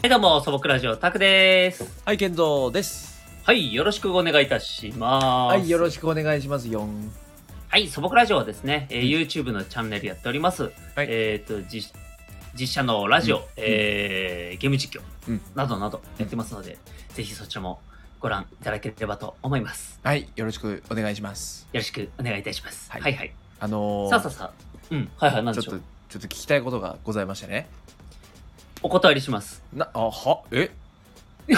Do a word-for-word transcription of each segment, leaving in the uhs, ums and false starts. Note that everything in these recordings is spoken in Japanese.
はいどうも、素朴ラジオタクです。 はい、健三です。 はい、よろしくお願いいたします。 はい、よろしくお願いしますよ。 はい、素朴ラジオはですね、えーうん YouTube のチャンネルやっております。 はいえっ、と実、実写のラジオ、 うんえーゲーム実況うんなどなどやってますので、ぜひそちらもご覧いただければと思います。 はい、よろしくお願いします。 よろしくお願いいたします。は、 はいいはい。 あのー、 さあさあさあ、うん、はいはい、なんでしょう。 ちょっと、ちょっと聞きたいことがございましてね。 お断りします。 な、あ、は、ええな、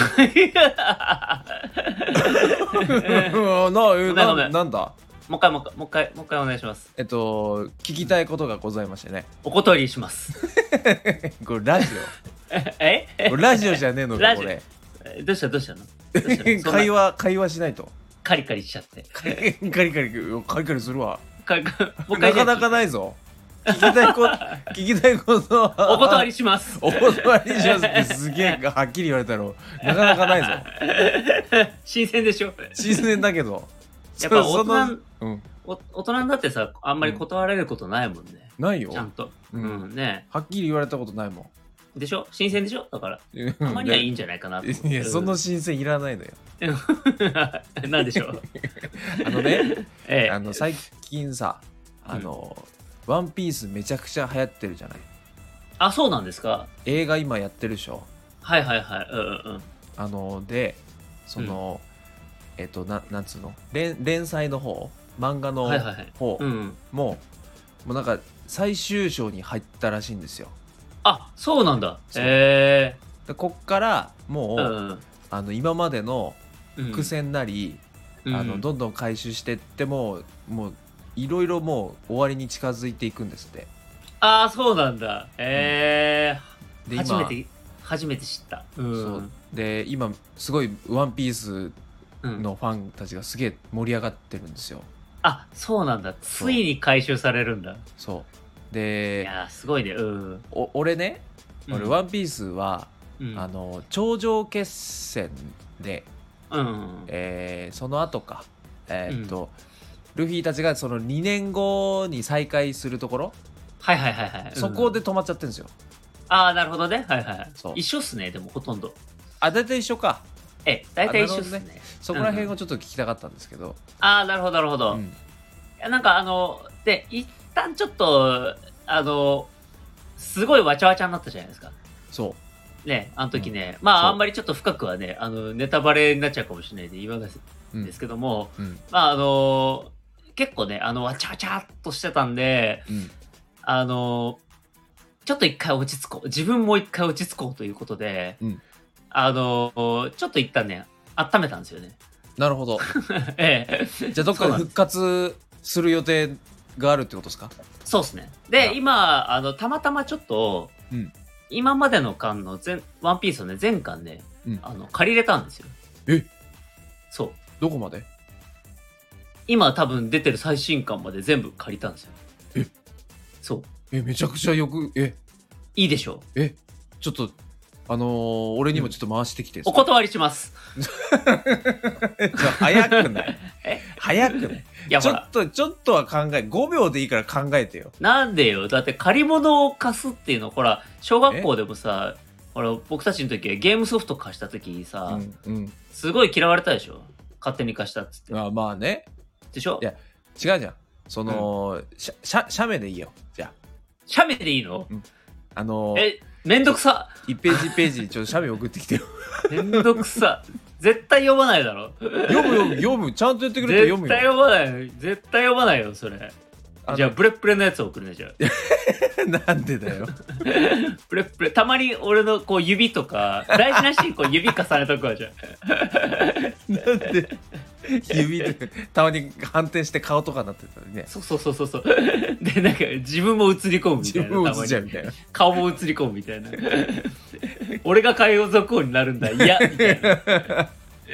え、 ごめんごめなんなんだもう一回もう一回もう一回もう一回お願いします。 えっと、聞きたいことがございましてね。 お断りします。 これラジえオ。これラジオじゃねえのか、 ラジオこれ。 えどうしたどうしたのどうしたのそんな会話、会話しないと。 カリカリしちゃって。 カリカリ、カリカリするわ。 カリカリもう一回なかなかないぞ。聞きたいこと、聞きたいことは。 お断りします。 お断りしますってすげえはっきり言われたのなかなかないぞ。 新鮮でしょ。 新鮮だけど。 やっぱ大そその人、 うん、 お大人になってさ、あんまり断られることないもんね。 ないよ。 ちゃんと。 ううんん、ね。 はっきり言われたことないもん。 でしょ新鮮でしょだから。 うんたまにはいいんじゃないかなと思って。 いや、その新鮮いらないのよ。 うんなんでしょう。 あのね、 ええ。 あの最近さ、あの、ワンピースめちゃくちゃ流行ってるじゃない。 あ、そうなんですか。 映画今やってるでしょ。 はいはいはい。うんうんうん。 あの、で、その、えっと、ななんつうの連連載の方、漫画のはいはいはい。 方うん。 も、もうなんか最終章に入ったらしいんですよ。 あ、そうなんだ。 そうへえ。 でこっからもう、 うんあの今までのうん。 伏線なり、 うん、 あのどんどん回収してってももういろいろもう終わりに近づいていくんですって。 ああ、そうなんだ。へえ、 で初めて、初めて知った。うん。 そうで今すごい「ワンピースうん、 のファンたちがすげえ盛り上がってるんですよ。 あ、そうなんだ。ついに回収されるんだ。 そういでやー、すごいね。うん。 お俺ね、俺うんワンピースは、 うん、 あの頂上決戦で、 うん。 えーその後かえーっと、ルフィたちがそのにねんごに再会するところ、 はいはいはいはい。 そこでうん、 止まっちゃってるんですよ。 ああ、なるほどね。はいはい。 そう一緒っすね、でもほとんど。 あ、大体一緒か。 え、大体一緒っすね。 あなるほどそこら辺をちょっと聞きたかったんですけど、 ああ、なるほどなるほど。 うん、 いやなんかあの、で、一旦ちょっと、あの、すごいわちゃわちゃになったじゃないですか。 そね、あの時ね、まそうああんまりちょっと深くはね、あの、ネタバレになっちゃうかもしれないんで言わないう、うんですけども、 うんまああの、結構ね、あの、わちゃわちゃっとしてたんで、 うんあの、ちょっと一回落ち着こう。自分も一回落ち着こうということで、 うんあの、ちょっと一旦ね、温めたんですよね。 なるほど。 ええ。 じゃあどっかで復活する予定があるってことですか？ そうですね。 あで、今、あの、たまたまちょっと、 うん今までの巻の全、ワンピースをね、全巻ね、 うんあの、借りれたんですよ。 えそう。 どこまで？ 今多分出てる最新巻まで全部借りたんですよ。 えそう。 えめちゃくちゃよくえいいでしょう。 えちょっとあのー、俺にもちょっと回してきて、 お断りします。 ちょ早くないえ早くないいや、 ちょほらっ。とちょっとは考えごびょうでいいから考えてよ。 なんでよ。だって借り物を貸すっていうの、ほら、小学校でもさ、ほら、僕たちの時はゲームソフト貸した時にさ、 うんうんすごい嫌われたでしょ。勝手に貸したっつって。 あまあね。 でしょいや違うじゃん。その、しゃしゃ写メでいいよ。じゃあ写メでいいの？ あのー、 え、めんどくさ。 いちページいちページちょっと写メ送ってきてよ。 めんどくさ。絶対読まないだろ。 読む読む読むちゃんとやってくれたら読む絶対よ。 読まないよ。絶対読まないよ、それ。 あのじゃあ、ブレッブレのやつ送るね、じゃあ。 なんでだよ。 ブレッブレ。たまに俺のこう指とか、大事なシーンこう指重ねとくわ、じゃあ。 なんで指でたまに反転して顔とかになってたりね。 そうそうそうそうそう。で、なんか自分も映り込むみたいな。 自分も映っちゃうたまにみたいな。 顔も映り込むみたいな。俺が海賊王になるんだ。いや、みたいな。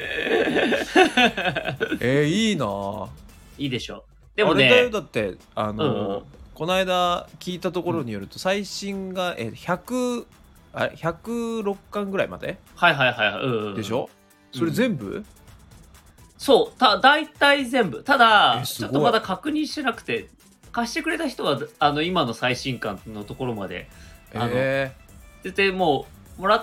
えー、いいなぁ。 いいでしょ。でもあれだよね、 だってあのーうんうんこの間聞いたところによると、最新がえひゃくあれひゃくろっかんぐらいまではいはいはい、うんうん、 でしょ、 うんそれ全部、 そう、た大体全部。ただ、 えすごいちょっとまだ確認してなくて、貸してくれた人は、あの、今の最新刊のところまで、あのえ絶対もう、もらっ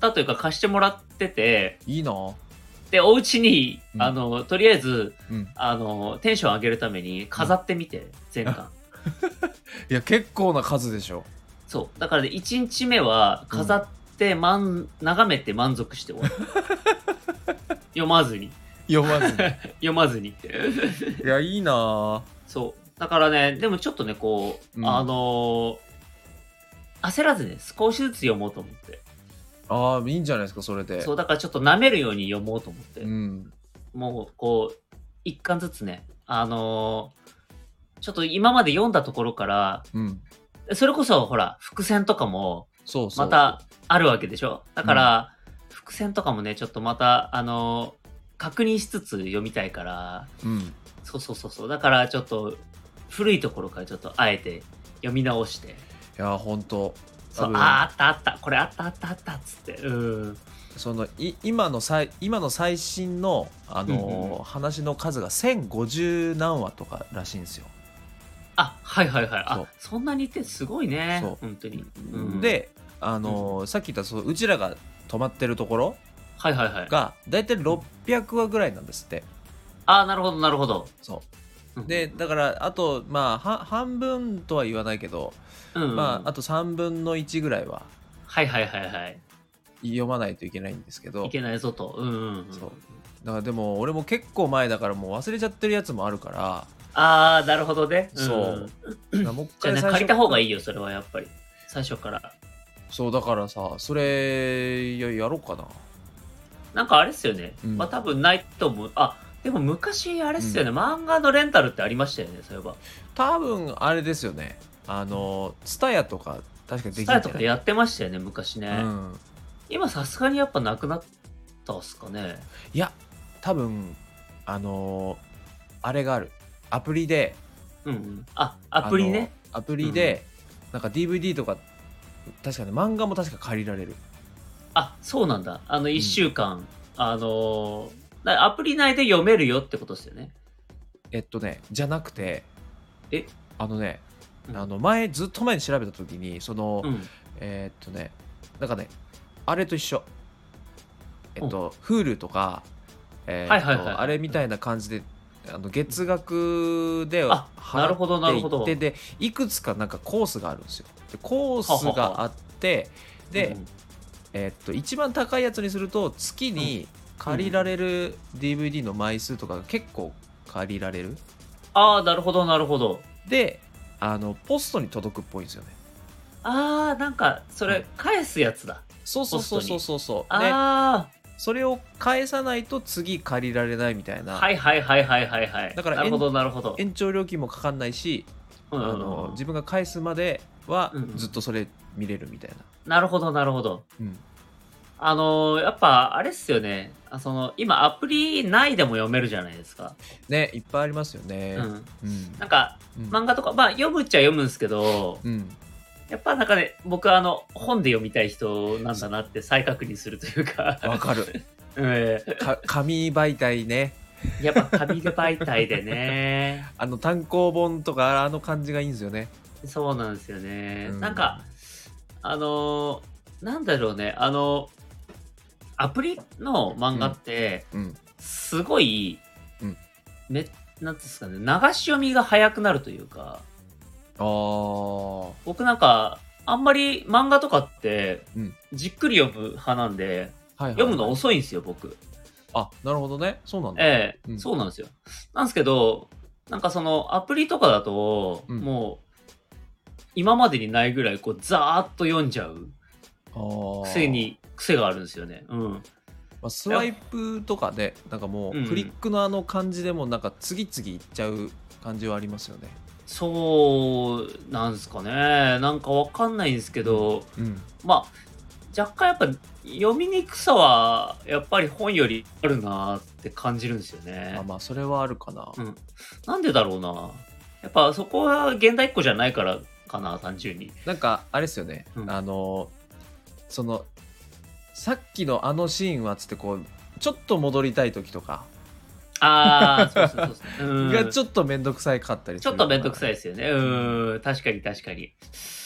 ったというか貸してもらってて、 いいな。 で、お家に、 うんあの、とりあえず、 うんあの、テンション上げるために飾ってみて、全巻。 いや結構な数でしょ。 そう。だからね、いちにちめは飾って、まん、眺めて満足して終わる。読まずに。 読まずに。 読まずに。 いやいいな。 そう。だからね、でもちょっとね、こう、 うんあのー焦らずね、少しずつ読もうと思って。 ああいいんじゃないですかそれで。 そう、だからちょっと舐めるように読もうと思って。 うんもう、こう、一巻ずつね、あのーちょっと今まで読んだところから、 うんそれこそほら、伏線とかも、 そうそう。 またあるわけでしょ。だから、伏線とかもね、ちょっとまた、あのー確認しつつ読みたいから、 うんそうそうそうそう。だからちょっと、古いところからちょっとあえて読み直して、 いや本当。 そう、 多分あーあったあった、これあったあったあったっつって、うん。 そのい今の最今の最新のあのーうんうん話の数がせんごじゅう何話とからしいんですよ。 あ、はいはいはい。 そうあ、そんなにってすごいね。 そう本当に。うん、 であのーさっき言ったそううちらが泊まってるところはいはいはい。 がだいたいろっぴゃくわぐらいなんですって。 あ、なるほどなるほど。 そううんでだからあとまあは半分とは言わないけど、 うんうん、 まああとさんぶんのいちぐらいははいはいはいはい。 読まないといけないんですけど。 いけないぞと。うんうん、うん。 そうだからでも俺も結構前だからもう忘れちゃってるやつもあるからああ、なるほどね。 そうだからもう一じゃあね、 回最初借りた方がいいよ、それはやっぱり。最初から。 そうだからさそれややろうかな。 なんかあれっすよね。 うんまあ多分ないと思う。あ、でも昔あれっすよね、 う漫画のレンタルってありましたよね、そういえば。 多分あれですよねあのツタヤとか確かできるんじスタイゃない。 とかやってましたよね、昔ね。 うん今さすがにやっぱなくなったっすかね。 いや多分あのあれがあるアプリでうんうん。あ、アプリね。 あのアプリで、なんか ディーブイディー とか確かね漫画も確か借りられる。 あ、そうなんだ。あの、いっしゅうかん、あのーだアプリ内で読めるよってことですよね。 えっとねじゃなくてえあのね、 うんあの前ずっと前に調べた時にその、 うん。 えーっとねなんかねあれと一緒えっと Hulu とか、えーっとはいはいはいはいあれみたいな感じであの月額であなるほどなるほど払っていってでいくつかなんかコースがあるんですよ。でコースがあってで、 うんえーっと一番高いやつにすると月に借りられる ディーブイディー の枚数とかが結構借りられる。 ああ、なるほどなるほど。 であのポストに届くっぽいんですよね。 ああ、なんか、それ、返すやつだ。 そうそうそうそうそうそうであそれを返さないと次借りられないみたいあ、 な、 はいはいはいはいはいはい。 だからなるほどなるほど。 延長料金もかかんないし、 うんうんうんあの自分が返すまではうんうんずっとそれ見れるみたいな。 なるほどなるほど。 うんあのーやっぱ、あれっすよね。あその、今、アプリ内でも読めるじゃないですか。 ねいっぱいありますよね。 うん。 うんなんか、 うん漫画とか、まあ、読むっちゃ読むんですけど、 うんやっぱなんかね、僕はあの、本で読みたい人なんだなって再確認するというか、 わかるうんか紙媒体ねやっぱ紙媒体でね、 あの単行本とかあの感じがいいんですよね。 そうなんですよね。 うんなんか、あのーなんだろうね、あのアプリの漫画って、 うんすごい、 うんめ、なんていうんですかね、流し読みが早くなるというか、 あー僕なんか、あんまり漫画とかってうん、 じっくり読む派なんで、 はいはいはい読むの遅いんですよ、僕。 あなるほどねそうなんだ。 ええうんそうなんですよ。なんですけど、なんかそのアプリとかだと、 うんもう、今までにないぐらい、こう、ざーっと読んじゃうあー癖に、癖があるんですよね。うん。 まあ、スワイプとかでなんかもうんうクリックのあの感じでもなんか次々いっちゃう感じはありますよね。 そうなんですかね。なんかわかんないんですけど、 うんまあ、若干やっぱ読みにくさは、やっぱり本よりあるなーって感じるんですよね。 あまあそれはあるかな。 うん。なんでだろうな。やっぱそこは現代っ子じゃないからかな、単純に。 なんかあれですよね、 うんあのそのさっきのあのシーンはつってこうちょっと戻りたい時とかああ、そうそうそうそう。うんがちょっと面倒くさいかったりするちょっとめんどくさいい。 ですよね。うん、確かに確かに。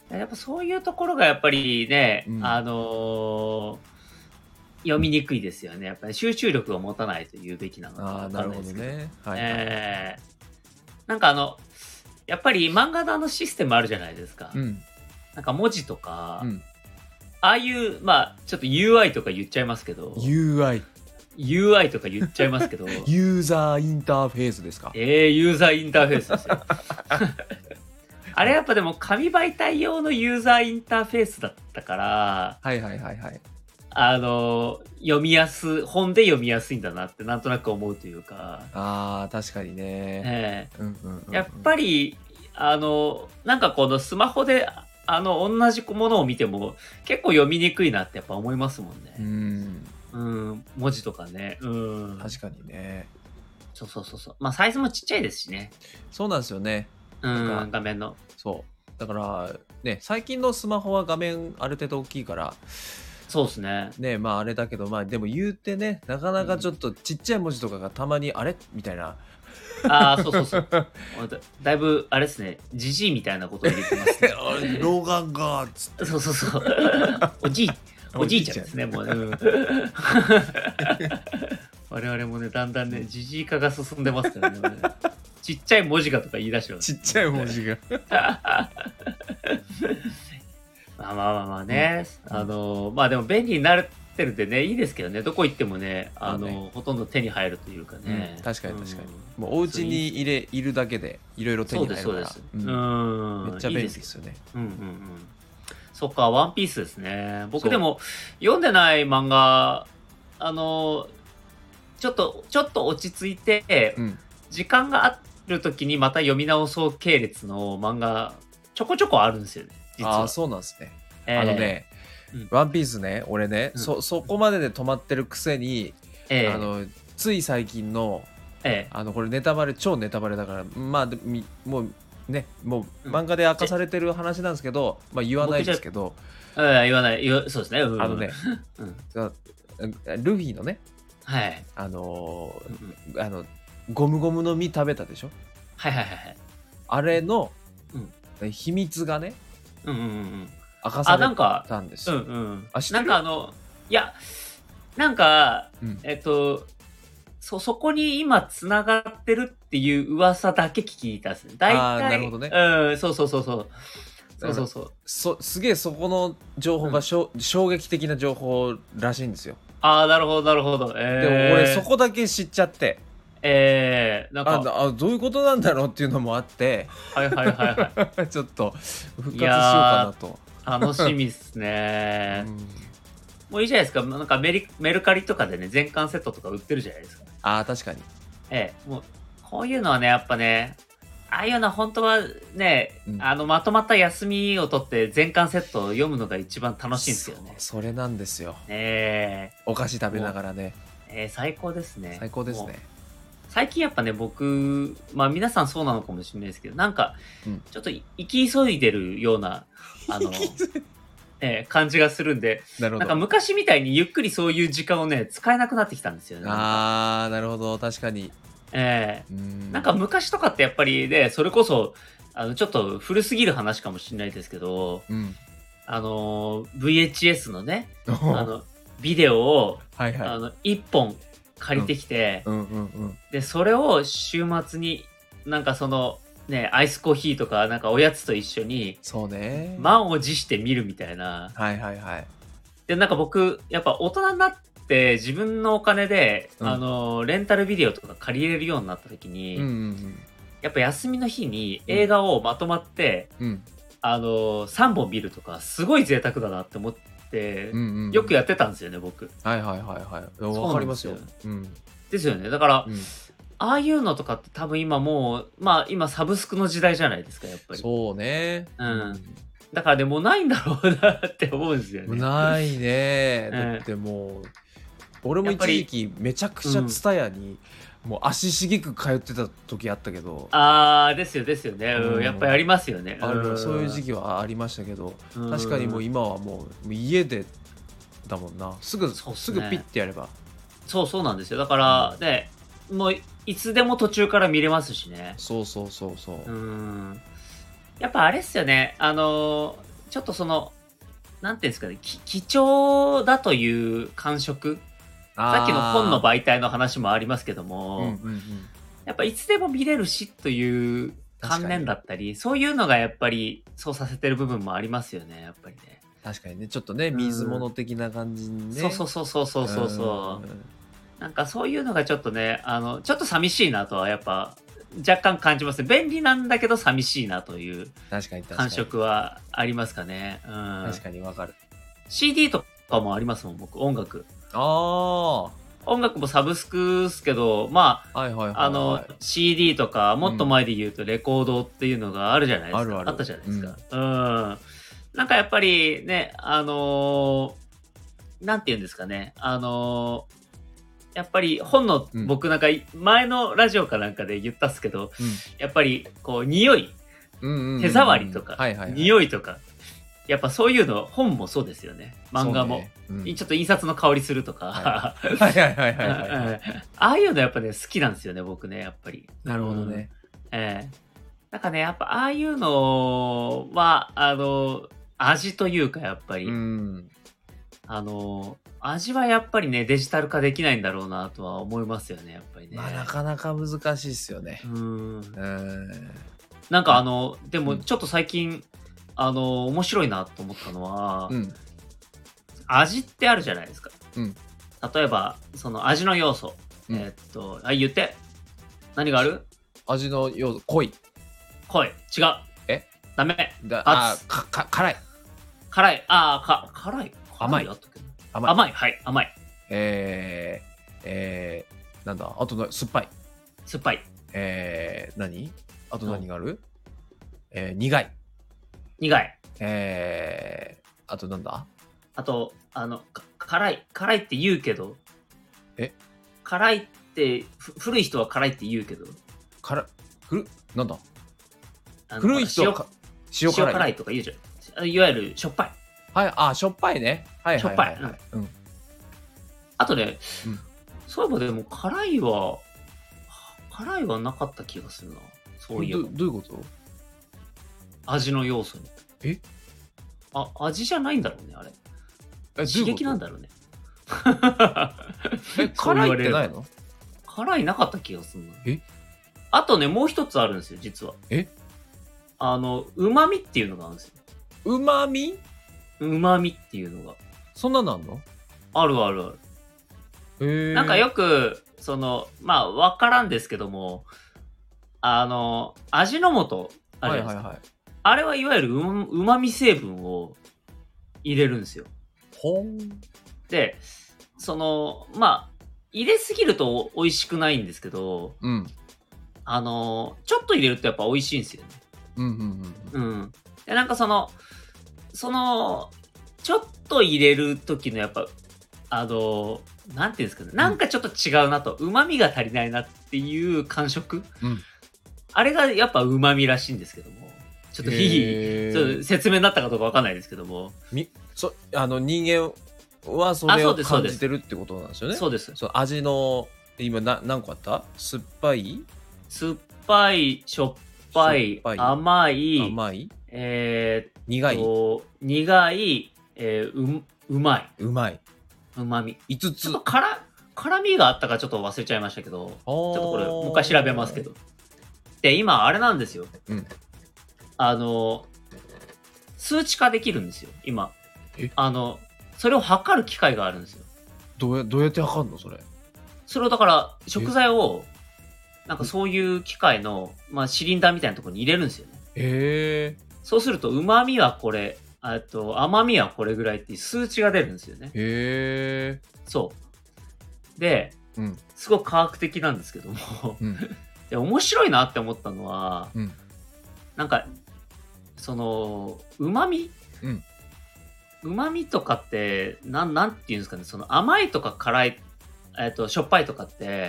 やっぱそういうところがやっぱりね、 うんあのー読みにくいですよね。やっぱり集中力を持たないと言うべきなのかああ、 わかなんるほどないですけど。 ね。はいはい。 えーなんかあの、やっぱり漫画のあのシステムあるじゃないですか。 うん。 なんか文字とか、 うん。 ああいう、まあ、ちょっと ユーアイ とか言っちゃいますけど、 ユーアイ。 ユーアイ とか言っちゃいますけど、 ユーザーインターフェースですか。 えー、ユーザーインターフェースですよ。あれやっぱでも紙媒体用のユーザーインターフェースだったから、 はいはいはいはい。 あの、読みやす、本で読みやすいんだなってなんとなく思うというか、 ああ、確かにね。 えうんうんうんうん。 えやっぱり、あの、なんかこのスマホで、あの、同じものを見ても結構読みにくいなってやっぱ思いますもんうね。 ん。 うん、文字とかね。うん。 確かにね。 そうそうそうそう。まあサイズもちっちゃいですしね。 そうなんですよね。 うなんん、画面の。 そう。だから、ね、最近のスマホは画面ある程度大きいから、 そうですね。 ね、まああれだけど、まあでも言うてね、なかなかちょっとちっちゃい文字とかがたまにあれみたいな。 ああ、そうそうそう。だだいぶ、あれですね、じじいみたいなことを言ってますね。 老眼がつって。 そうそうそう。おじい、おじいちゃんですね、もうね。うん我々もね、だんだんね、じじい化が進んでますからね。ちっちゃい文字がとか言い出してます、 ちっちゃい文字が。 まあまあまあまあね、 うんあの、まあでも便利になってるんでね、いいですけどね、どこ行ってもね、あの、 まあねほとんど手に入るというかね。 うん確かに確かに。 うんもうお家に入れいるだけでいろいろ手そうです、 に入るから。 そうです。 ううんん。 めっちゃ便利いいですよね。 うんうんうん。そっか、ワンピースですね。 そう僕でも読んでない漫画、あの、ちょっと、ちょっと落ち着いて、 うん。 時間がある時にまた読み直そう系列の漫画、ちょこちょこあるんですよね、実は。 ああ、そうなんですね。 えーあのね、 うんワンピースね、俺ね、 うんそ、そこまでで止まってるくせに、 えーあの、つい最近の、 えあの、これネタバレ、超ネタバレだから、まあ、でみもう、ね、もううん漫画で明かされてる話なんですけど、まあ言わないですけど、 ーえー言わない、言わそうですね。うんあのね、 うんそルフィのね、 はい。 あのうんうんーあの、ゴムゴムの実食べたでしょ。 はいはいはいはい。 あれのうん秘密がね、 うんうんうんうん。あ、 明かされなんか、 たんですうんよ。 うん。 あ知ってるなんかあの、いや、なんか、 うんえっと、そ、そこに今つながってるっていう噂だけ聞いたんですね。大体。 あーなるほどねうん、そうそうそうそう。そうそうそう。 そすげえそこの情報がしょ、衝撃的な情報らしいんですよ。 ああ、なるほど、なるほど。えー、 でも俺そこだけ知っちゃって、 えー、なんあか、 あどういうことなんだろうっていうのもあってはいはいはいはちょっと復活しようかなと。 い。楽しみっすね。 うんもういいじゃないですか。なんかメリメルカリとかでね、全巻セットとか売ってるじゃないですか。 ああ確かに。 ええ、もう、こういうのはね、やっぱね、ああいうのは本当はね、 うんあの、まとまった休みを取って全巻セットを読むのが一番楽しいんですよね。 そそれなんですよ。 えお菓子食べながらね。 えええ最高ですね。 最高ですもうね。 最近やっぱね、僕、まあ皆さんそうなのかもしれないですけど、なんかうん、 ちょっと生き急いでるような、あの、ええ感じがするんで、 なるほど。 なんか昔みたいにゆっくりそういう時間をね、使えなくなってきたんですよね。なんかああなるほど確かに。 ええうんなんか昔とかってやっぱりね、それこそ、あの、ちょっと古すぎる話かもしれないですけど、 うん。 あのー、ブイエイチエス のね、あはの、ビデオを、 いはい。 あの、いっぽん借りてきて、 うんうんうん。 で、それを週末に、なんかその、ね、アイスコーヒーとか、なんかおやつと一緒に、 そうね。 満を持して見るみたいな。 はいはいはい。 で、なんか僕、やっぱ大人になって自分のお金で、 うんあのー、レンタルビデオとか借りれるようになった時に、 うんうんやっぱ休みの日に映画をまとまって、 うん。うんあのー、さんぼん見るとか、すごい贅沢だなって思って、 うんうん。 よくやってたんですよね、僕。 はいはいはいはい。 うなんですよわかりますよ。うん。 ですよね。だから、 うんああいうのとかって多分今もう、まあ今サブスクの時代じゃないですか、やっぱり。 そうね。 うんだからでもうないんだろうなって思うんですよね。 ないね。 うんだってもう、俺も一やっぱり時期めちゃくちゃツタヤに、もう足しげく通ってた時あったけど、 ああ、ですよ、ですよね。うんうんやっぱりありますよね。 あるそういう時期。 期はありましたけど、 うん確かにもう今はもうもう家でだもんな。すぐ、 そうっすねすぐピッてやれば。 そうそうなんですよ。だから、ね、もういつでも途中から見れますしね。 そうそうそうそう。 うん。やっぱあれっすよね。あのーちょっとそのなんていうんですかね、き貴重だという感触、さっきの本の媒体の話もありますけども、 うんうんうん、 やっぱいつでも見れるしという観念だったり、そういうのがやっぱりそうさせてる部分もありますよね、やっぱりね。 確かにね、ちょっとね、水物的な感じにね。 そうそうそうそうそうそうそう。なんかそういうのがちょっとね、あの、ちょっと寂しいなとはやっぱ若干感じますね。便利なんだけど寂しいなという確かに確かに感触はありますかね。うん、 確かにわかる。 シーディー とかもありますもん、僕、音楽。 ああ。 音楽もサブスクっすけど、まあ、 はいはいはいはい、 あの、シーディー とか、もっと前で言うとレコードっていうのがあるじゃないですか。 あるあるあったじゃないですか。うん。うんなんかやっぱりね、あのー、なんて言うんですかね。あのー、やっぱり本の、 うん、 僕なんか前のラジオかなんかで言ったっすけど、 うん、 やっぱりこう匂い、手触りとか、 はいはいはい、 匂いとか、やっぱそういうの本もそうですよね。漫画も、ねうん、ちょっと印刷の香りするとか、 はいはいはいはいはい、はい、 ああいうのやっぱね好きなんですよね僕ねやっぱり。 なるほどね。 うん、ええー、なんかねやっぱああいうのはあの味というかやっぱり、うん、あの味はやっぱりねデジタル化できないんだろうなとは思いますよねやっぱりね。 まあなかなか難しいですよね。うん。 なんかあのでもちょっと最近、うん、あの面白いなと思ったのは、うん、味ってあるじゃないですか。うん、例えばその味の要素、うん、えー、っとあ言って何がある？ 味の要素濃い。 濃い違う。 え？ ダメ。 だあかか辛い。 辛い。ああか辛い。 甘い。 甘い。甘い。はい甘い。 えー、えー、なんだあとの酸っぱい。 酸っぱい。 えー、何？あと何がある？えー、苦い。 苦い。 えー、あとなんだ？ あと、あの、辛い。辛いって言うけど。 え？ 辛いって、古い人は辛いって言うけど。 辛い。ふるなんだ？古い人は塩辛い。塩辛いとか言うじゃん。いわゆるしょっぱい。 はい、あ、しょっぱいね。はいはいはい、はい。しょっぱい。うん。 あとね、うん、そういえばでも辛いは、辛いはなかった気がするな。そういえば。 ど, どういうこと？ 味の要素に。 え？ あ、味じゃないんだろうね、あれ。 え、 刺激なんだろうね。 え、辛いってないの？ 辛いなかった気がするな。 え？ あとね、もう一つあるんですよ、実は。 え？ あの、旨味っていうのがあるんですよ。 旨味？ 旨味っていうのが。 そんなのあんの？ あるあるある。 へー。 なんかよく、その、まあ、わからんですけども、あの、味の素あるじゃないですか。はいはいはい。あれはいわゆるうまみ成分を入れるんですよ。 ほん。 で、その、まあ、入れすぎると美味しくないんですけど、うん。あの、ちょっと入れるとやっぱ美味しいんですよね。 うんうんうん。 うん。で、なんかその、その、ちょっと入れる時のやっぱ、あの、なんていうんですかね、なんかちょっと違うなと、うまみが足りないなっていう感触、うん、あれがやっぱうまみらしいんですけども、ちょっといいちょっと説明になったかどうかわかんないですけども、 みそあの人間はそれを感じてるってことなんですよね。 そうです。 そう味の今な何個あった？酸っぱい？ 酸っぱい、しょっぱい、甘い、 甘い、 えー、 苦い、 苦い、えー、う, うまい、 うまい、 うまみ。 いつつ。 ちょっと辛辛みがあったかちょっと忘れちゃいましたけど、ちょっとこれもう一回調べますけど。で今あれなんですよ。うん、あの数値化できるんですよ今。 え？ あのそれを測る機械があるんですよ。 どうやどうやって測るのそれ？ それをだから食材をなんかそういう機械の、まあ、シリンダーみたいなところに入れるんですよね。 へー。 そうすると旨味はこれ、あと甘みはこれぐらいっていう数値が出るんですよね。 へー。 そうで、うん、すごく科学的なんですけども、うん、で面白いなって思ったのは、うん、なんかその旨味、うん、旨味とかってなんなんていうんですかね、その甘いとか辛い、えっとしょっぱいとかって、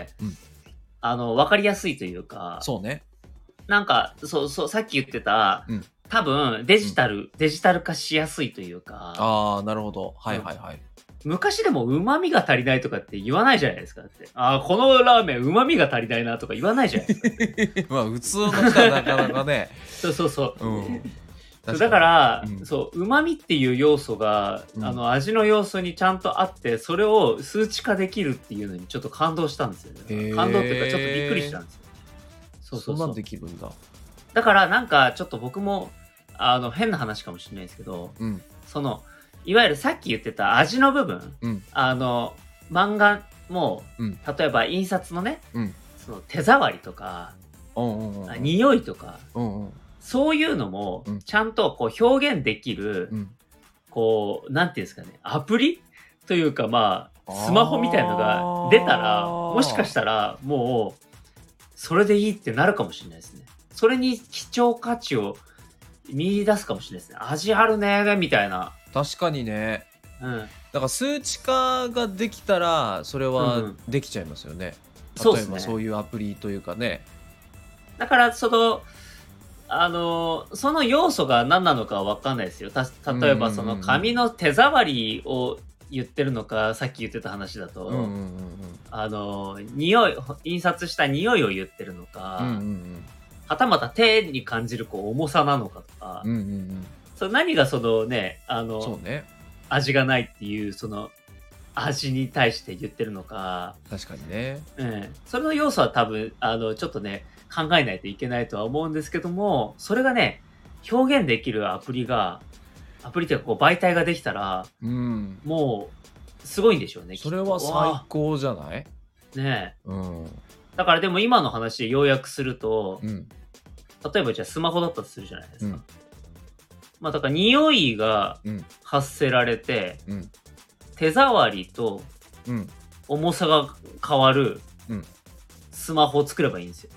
うん、あの分かりやすいというか、 そうね。 なんかそうそうさっき言ってた、うん、多分デジタル、うん、デジタル化しやすいというか。 ああなるほど。はいはいはい。 昔でも旨味が足りないとかって言わないじゃないですか。って、ああこのラーメン旨味が足りないなとか言わないじゃないですか。 まあ普通の人はなかなかね。 そうそうそう。うん、 だから、 うん、 そう旨味っていう要素が、うん、あの味の要素にちゃんとあってそれを数値化できるっていうのにちょっと感動したんですよね。感動っていうかちょっとびっくりしたんですよね。 そうそうそう。そんなんできるんだ。 だからなんかちょっと僕もあの変な話かもしれないですけど、うん、そのいわゆるさっき言ってた味の部分、うん、あの漫画も、うん、例えば印刷のね、うん、その手触りとか、うんうん、匂いとか、うんうん、そういうのもちゃんとこう表現できる、うん、こうなんていうんですかね、アプリというかまあスマホみたいなのが出たらもしかしたらもうそれでいいってなるかもしれないですね。それに貴重価値を見出すかもしれないですね。味あるねみたいな。 確かにね。うん。だから数値化ができたらそれはできちゃいますよね。うん、例えばそういうアプリというかね。 だからそのあのその要素が何なのかは分かんないですよ。た例えばその紙の手触りを言ってるのか、さっき言ってた話だと、うんうんうんうん、あの匂い印刷した匂いを言ってるのか、うんうんうん、はたまた手に感じるこう重さなのかとか、うんうんうん、それ何がそのねあのそうね味がないっていうその味に対して言ってるのか、 確かにね、 うん、それの要素は多分あのちょっとね考えないといけないとは思うんですけども、それがね表現できるアプリがアプリっていうかこう媒体ができたら、うん、もうすごいんでしょうね。 それは最高じゃない？ ねえ、うん、だからでも今の話で要約すると、うん、例えばじゃあスマホだったとするじゃないですか、うん、まあだから匂いが発せられて、うん、手触りと重さが変わるスマホを作ればいいんですよ。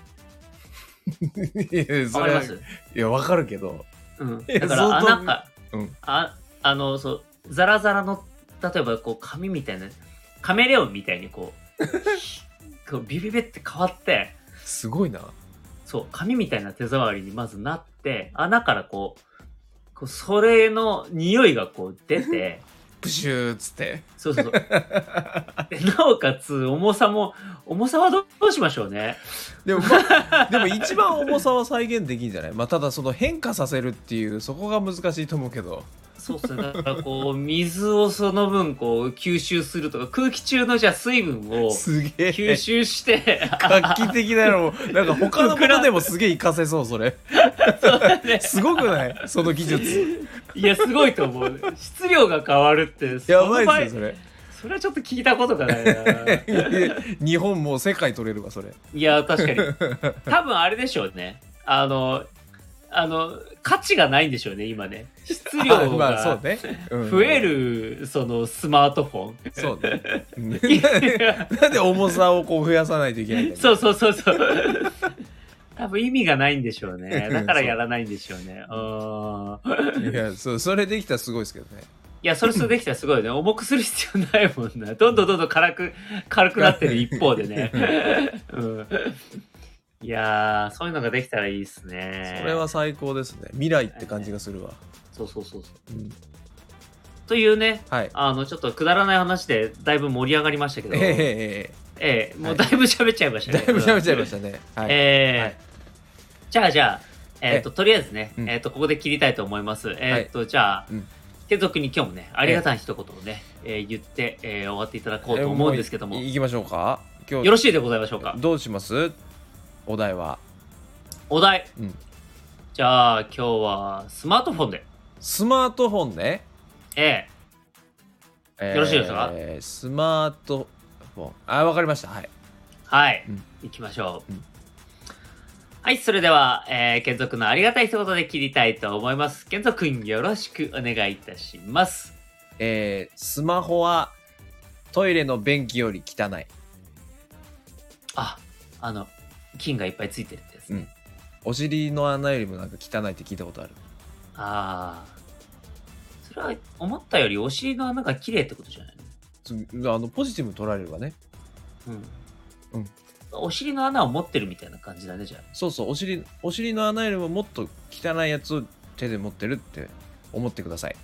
わかります？ いやわかるけど、 うん、だからあなんか、うん、ああのそうザラザラの例えばこう紙みたいなカメレオンみたいにこうこうビビビって変わってすごいな。 そう紙みたいな手触りにまずなって穴からこう、こうそれの匂いがこう出てプシューっつってそうそうそうでなおかつ重さも重さはどうしましょうね。 でも、まあ、でも一番重さは再現できんじゃない？まあただその変化させるっていうそこが難しいと思うけど。 そうっすね。だからこう水をその分こう吸収するとか空気中のじゃあ水分を吸収して画期的なのなんか他のことでもすげえ活かせそうそれ。そうだね。すごくないその技術。 いやすごいと思う。質量が変わるってやばいですよそれ。 それはちょっと聞いたことがないな。 日本もう世界取れるわそれ。 いや確かに多分あれでしょうね。あのあの価値がないんでしょうね今ね。質量が増えるそのスマートフォン。 そうね。なんで重さをこう増やさないといけないんだ。 そうそうそうそう。多分意味がないんでしょうね。だからやらないんでしょうね。 うん。いやそうそれできたらすごいですけどね。 いやそれそれできたらすごいよね。重くする必要ないもんな。どんどんどんどん軽く軽くなってる一方でね。うん。いやーそういうのができたらいいですね。 それは最高ですね。未来って感じがするわ。 そうそうそうそう、うん、というね、はい、あのちょっとくだらない話でだいぶ盛り上がりましたけど、えー、えー、えー、もうだいぶ喋っちゃいましたね、 はい、だいぶ喋っちゃいましたね、はい、 えーはい、じゃあじゃあえっととりあえずね、うん、えっとここで切りたいと思います。えっと、はい、じゃあ、うん、継続に今日もねありがたい一言をね、えー、言って、えー、終わっていただこうと思うんですけども、 えー、もいきましょうか。 今日よろしいでございましょうか。 どうします？お題はお題、うん、じゃあ今日はスマートフォンでスマートフォンね。 ええ。よろしいですか？ えー、スマートフォン。あ、わかりました。はい。 はい。うん、行きましょう。うん、はい、それでは、えー、健三くんのありがたい一言で切りたいと思います。健三くんよろしくお願いいたします。 えー、スマホはトイレの便器より汚い。 あ、あの、菌がいっぱいついてるってやつね。うん。 お尻の穴よりもなんか汚いって聞いたことある。 ああ。それは思ったよりお尻の穴が綺麗ってことじゃないの？あのポジティブに捉えればね。 うん。うん。お尻の穴を持ってるみたいな感じだねじゃあ。 そうそう、お尻お尻の穴よりももっと汚いやつを手で持ってるって思ってください。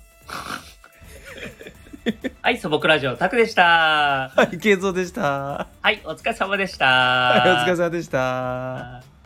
はい、素朴ラジオタクでした。 はい、ケイゾウでした。 はい、お疲れ様でした。 はい、お疲れ様でした。